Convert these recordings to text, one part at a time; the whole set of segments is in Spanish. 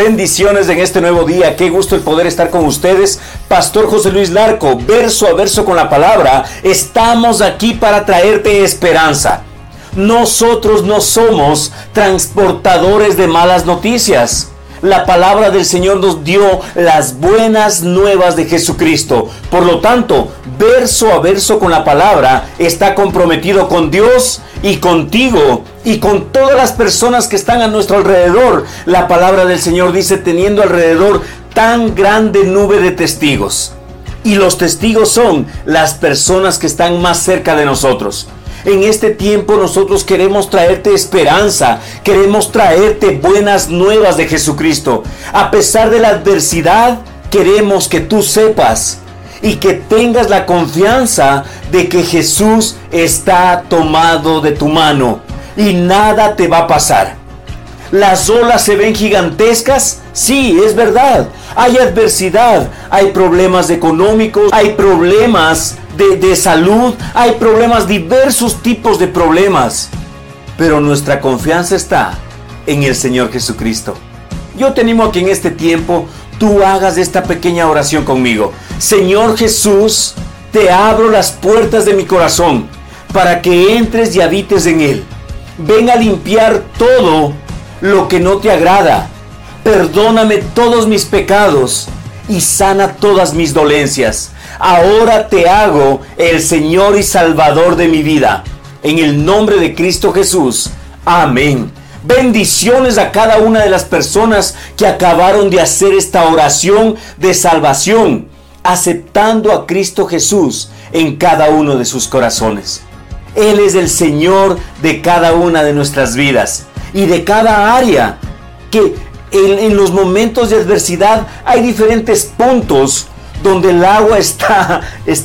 Bendiciones en este nuevo día. Qué gusto el poder estar con ustedes. Pastor José Luis Larco, verso a verso con la palabra. Estamos aquí para traerte esperanza. Nosotros no somos transportadores de malas noticias. La palabra del Señor nos dio las buenas nuevas de Jesucristo. Por lo tanto, verso a verso con la palabra está comprometido con Dios y contigo y con todas las personas que están a nuestro alrededor. La palabra del Señor dice, teniendo alrededor tan grande nube de testigos. Y los testigos son las personas que están más cerca de nosotros. En este tiempo nosotros queremos traerte esperanza, queremos traerte buenas nuevas de Jesucristo. A pesar de la adversidad, queremos que tú sepas y que tengas la confianza de que Jesús está tomado de tu mano y nada te va a pasar. ¿Las olas se ven gigantescas? Sí, es verdad. Hay adversidad, hay problemas económicos, hay problemas de salud, hay problemas, diversos tipos de problemas. Pero nuestra confianza está en el Señor Jesucristo. Yo te animo a que en este tiempo tú hagas esta pequeña oración conmigo. Señor Jesús, te abro las puertas de mi corazón para que entres y habites en él. Ven a limpiar todo lo que no te agrada. Perdóname todos mis pecados y sana todas mis dolencias. Ahora te hago el Señor y Salvador de mi vida. En el nombre de Cristo Jesús. Amén. Bendiciones a cada una de las personas que acabaron de hacer esta oración de salvación, aceptando a Cristo Jesús en cada uno de sus corazones. Él es el Señor de cada una de nuestras vidas y de cada área. Que en los momentos de adversidad hay diferentes puntos donde el agua está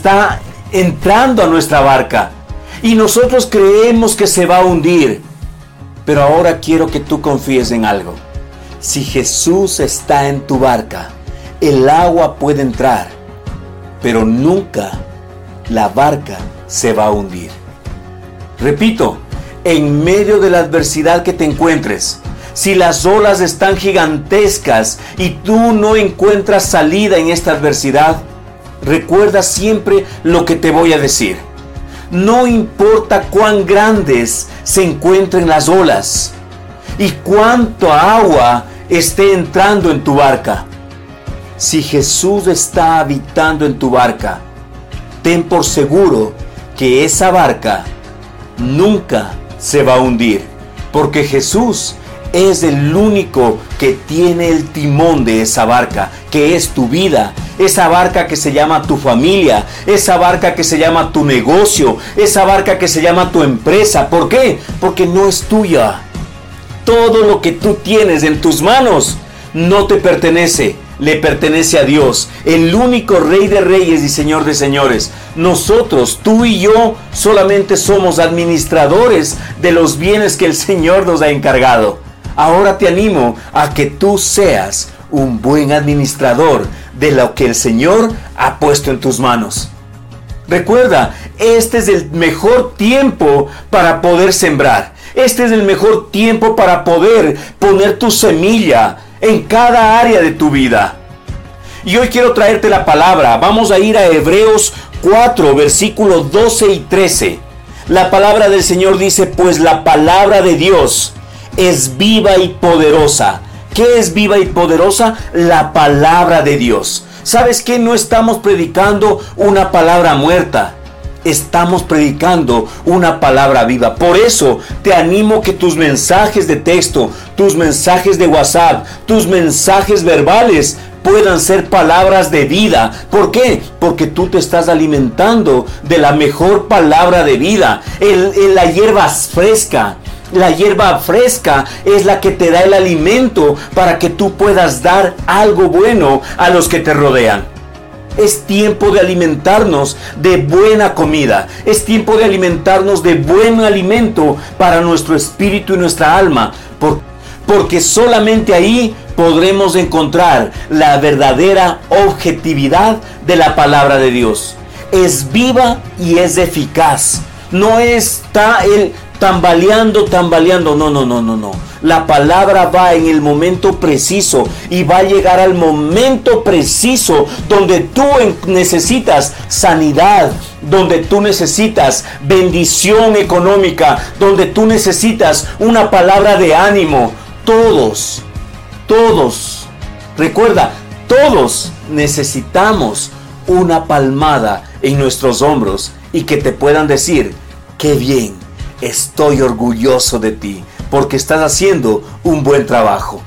entrando a nuestra barca y nosotros creemos que se va a hundir. Pero ahora quiero que tú confíes en algo. Si Jesús está en tu barca, el agua puede entrar, pero nunca la barca se va a hundir. Repito, en medio de la adversidad que te encuentres, si las olas están gigantescas y tú no encuentras salida en esta adversidad, recuerda siempre lo que te voy a decir. No importa cuán grandes se encuentren las olas y cuánto agua esté entrando en tu barca. Si Jesús está habitando en tu barca, ten por seguro que esa barca nunca se va a hundir, porque Jesús es el único que tiene el timón de esa barca, que es tu vida, esa barca que se llama tu familia, esa barca que se llama tu negocio, esa barca que se llama tu empresa. ¿Por qué? Porque no es tuya. Todo lo que tú tienes en tus manos no te pertenece, le pertenece a Dios, el único Rey de Reyes y Señor de Señores. Nosotros, tú y yo, solamente somos administradores de los bienes que el Señor nos ha encargado. Ahora te animo a que tú seas un buen administrador de lo que el Señor ha puesto en tus manos. Recuerda, este es el mejor tiempo para poder sembrar. Este es el mejor tiempo para poder poner tu semilla en cada área de tu vida. Y hoy quiero traerte la palabra. Vamos a ir a Hebreos 4, versículos 12 y 13. La palabra del Señor dice, pues la palabra de Dios es viva y poderosa. ¿Qué es viva y poderosa? La palabra de Dios. ¿Sabes qué? No estamos predicando una palabra muerta. Estamos predicando una palabra viva. Por eso te animo que tus mensajes de texto, tus mensajes de WhatsApp, tus mensajes verbales puedan ser palabras de vida. ¿Por qué? Porque tú te estás alimentando de la mejor palabra de vida. La hierba fresca. La hierba fresca es la que te da el alimento para que tú puedas dar algo bueno a los que te rodean. Es tiempo de alimentarnos de buena comida. Es tiempo de alimentarnos de buen alimento para nuestro espíritu y nuestra alma. Porque solamente ahí podremos encontrar la verdadera objetividad de la palabra de Dios. Es viva y es eficaz. No está tambaleando. No. La palabra va en el momento preciso y va a llegar al momento preciso donde tú necesitas sanidad, donde tú necesitas bendición económica, donde tú necesitas una palabra de ánimo. Todos, recuerda, todos necesitamos una palmada en nuestros hombros y que te puedan decir: qué bien, estoy orgulloso de ti porque estás haciendo un buen trabajo.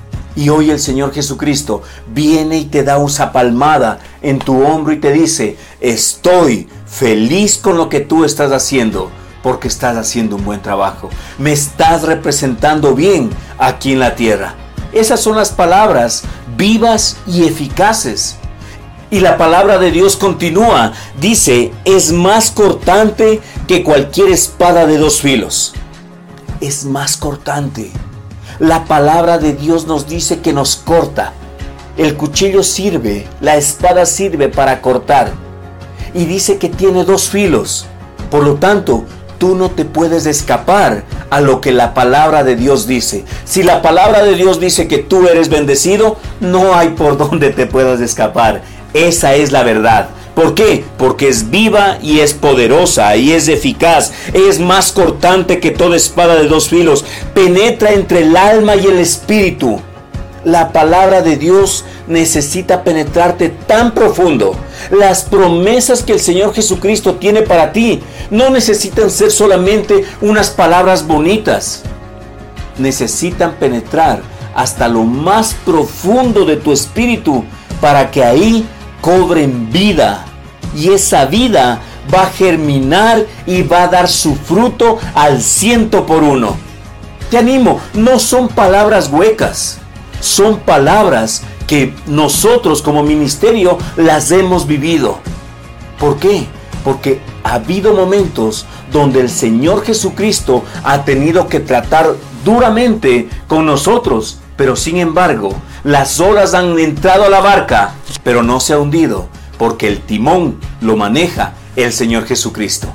Y hoy el Señor Jesucristo viene y te da esa palmada en tu hombro y te dice: estoy feliz con lo que tú estás haciendo porque estás haciendo un buen trabajo. Me estás representando bien aquí en la tierra. Esas son las palabras vivas y eficaces. Y la palabra de Dios continúa, dice: es más cortante que cualquier espada de dos filos. Es más cortante. La palabra de Dios nos dice que nos corta. El cuchillo sirve, la espada sirve para cortar. Y dice que tiene dos filos. Por lo tanto, tú no te puedes escapar a lo que la palabra de Dios dice. Si la palabra de Dios dice que tú eres bendecido, no hay por donde te puedas escapar. Esa es la verdad. ¿Por qué? Porque es viva y es poderosa y es eficaz. Es más cortante que toda espada de dos filos. Penetra entre el alma y el espíritu. La palabra de Dios necesita penetrarte tan profundo. Las promesas que el Señor Jesucristo tiene para ti no necesitan ser solamente unas palabras bonitas. Necesitan penetrar hasta lo más profundo de tu espíritu para que ahí cobren vida. Y esa vida va a germinar y va a dar su fruto al 100%. Te animo, no son palabras huecas. Son palabras que nosotros como ministerio las hemos vivido. ¿Por qué? Porque ha habido momentos donde el Señor Jesucristo ha tenido que tratar duramente con nosotros, pero sin embargo, las olas han entrado a la barca, pero no se ha hundido, porque el timón lo maneja el Señor Jesucristo.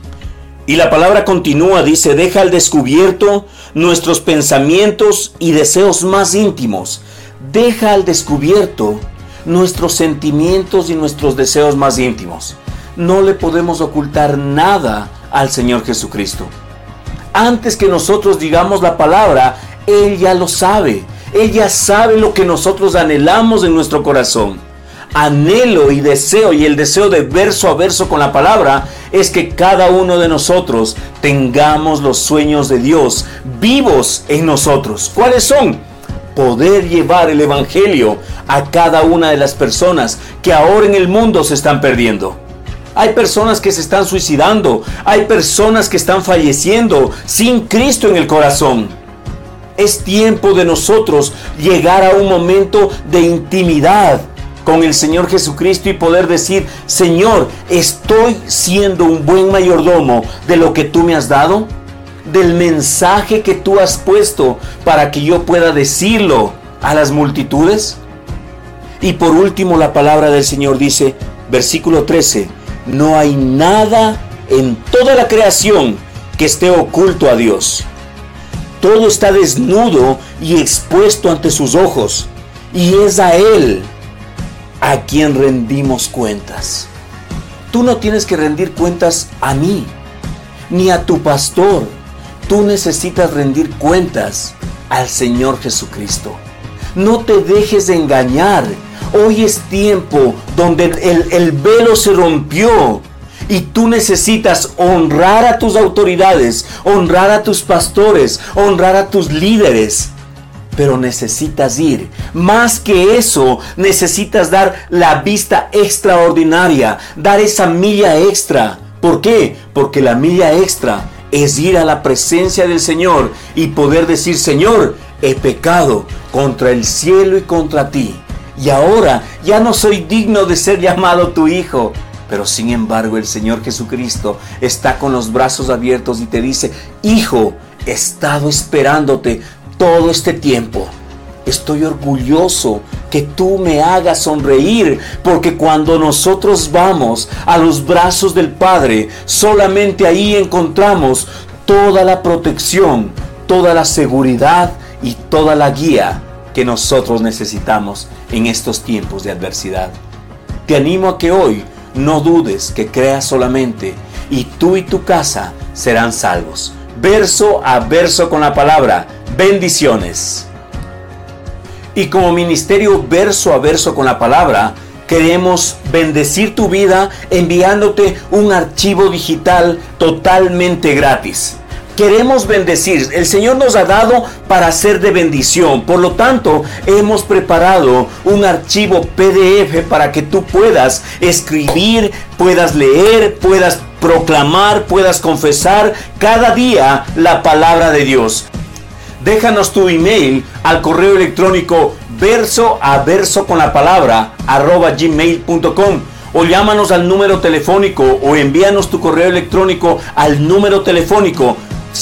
Y la palabra continúa, dice: deja al descubierto nuestros pensamientos y deseos más íntimos. Deja al descubierto nuestros sentimientos y nuestros deseos más íntimos. No le podemos ocultar nada al Señor Jesucristo. Antes que nosotros digamos la palabra, Él ya lo sabe. Él ya sabe lo que nosotros anhelamos en nuestro corazón. Anhelo y deseo, y el deseo de verso a verso con la palabra, es que cada uno de nosotros tengamos los sueños de Dios vivos en nosotros. ¿Cuáles son? Poder llevar el evangelio a cada una de las personas que ahora en el mundo se están perdiendo. Hay personas que se están suicidando, hay personas que están falleciendo sin Cristo en el corazón. Es tiempo de nosotros llegar a un momento de intimidad con el Señor Jesucristo y poder decir: Señor, ¿estoy siendo un buen mayordomo de lo que tú me has dado? Del mensaje que tú has puesto para que yo pueda decirlo a las multitudes. Y por último, la palabra del Señor dice, versículo 13: no hay nada en toda la creación que esté oculto a Dios. Todo está desnudo y expuesto ante sus ojos, y es a Él a quien rendimos cuentas. Tú no tienes que rendir cuentas a mí, ni a tu pastor. Tú necesitas rendir cuentas al Señor Jesucristo. No te dejes de engañar. Hoy es tiempo donde el velo se rompió. Y tú necesitas honrar a tus autoridades, honrar a tus pastores, honrar a tus líderes. Pero necesitas ir. Más que eso, necesitas dar la vista extraordinaria, dar esa milla extra. ¿Por qué? Porque la milla extra es ir a la presencia del Señor y poder decir: Señor, he pecado contra el cielo y contra ti. Y ahora ya no soy digno de ser llamado tu hijo. Pero sin embargo el Señor Jesucristo está con los brazos abiertos y te dice: Hijo, he estado esperándote todo este tiempo. Estoy orgulloso que tú me hagas sonreír, porque cuando nosotros vamos a los brazos del Padre, solamente ahí encontramos toda la protección, toda la seguridad y toda la guía que nosotros necesitamos en estos tiempos de adversidad. Te animo a que hoy no dudes, que creas solamente, y tú y tu casa serán salvos. Verso a verso con la palabra. Bendiciones. Y como ministerio Verso a Verso con la palabra, queremos bendecir tu vida enviándote un archivo digital totalmente gratis. Queremos bendecir. El Señor nos ha dado para ser de bendición. Por lo tanto, hemos preparado un archivo PDF para que tú puedas escribir, puedas leer, puedas proclamar, puedas confesar cada día la palabra de Dios. Déjanos tu email al correo electrónico versoaversoconlapalabra@gmail.com o llámanos al número telefónico o envíanos tu correo electrónico al número telefónico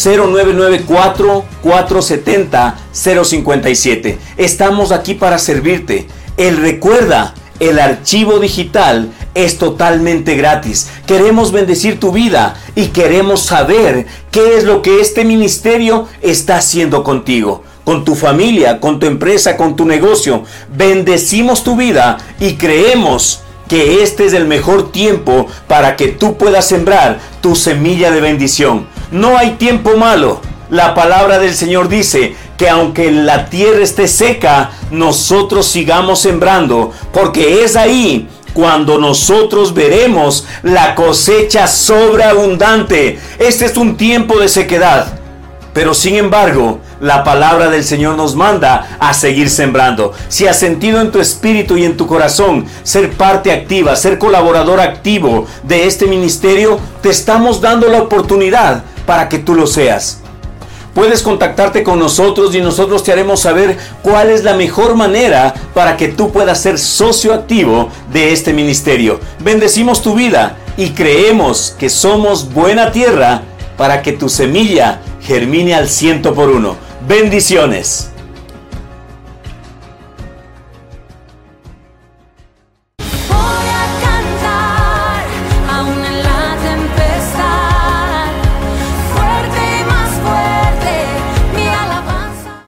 0994-470-057. Estamos aquí para servirte. Recuerda, el archivo digital es totalmente gratis. Queremos bendecir tu vida y queremos saber qué es lo que este ministerio está haciendo contigo, con tu familia, con tu empresa, con tu negocio. Bendecimos tu vida y creemos que este es el mejor tiempo para que tú puedas sembrar tu semilla de bendición. No hay tiempo malo. La palabra del Señor dice que aunque la tierra esté seca, nosotros sigamos sembrando, porque es ahí cuando nosotros veremos la cosecha sobreabundante. Este es un tiempo de sequedad, pero sin embargo, la palabra del Señor nos manda a seguir sembrando. Si has sentido en tu espíritu y en tu corazón ser parte activa, ser colaborador activo de este ministerio, te estamos dando la oportunidad para que tú lo seas. Puedes contactarte con nosotros y nosotros te haremos saber cuál es la mejor manera para que tú puedas ser socio activo de este ministerio. Bendecimos tu vida y creemos que somos buena tierra para que tu semilla germine al 100 por 1. Bendiciones.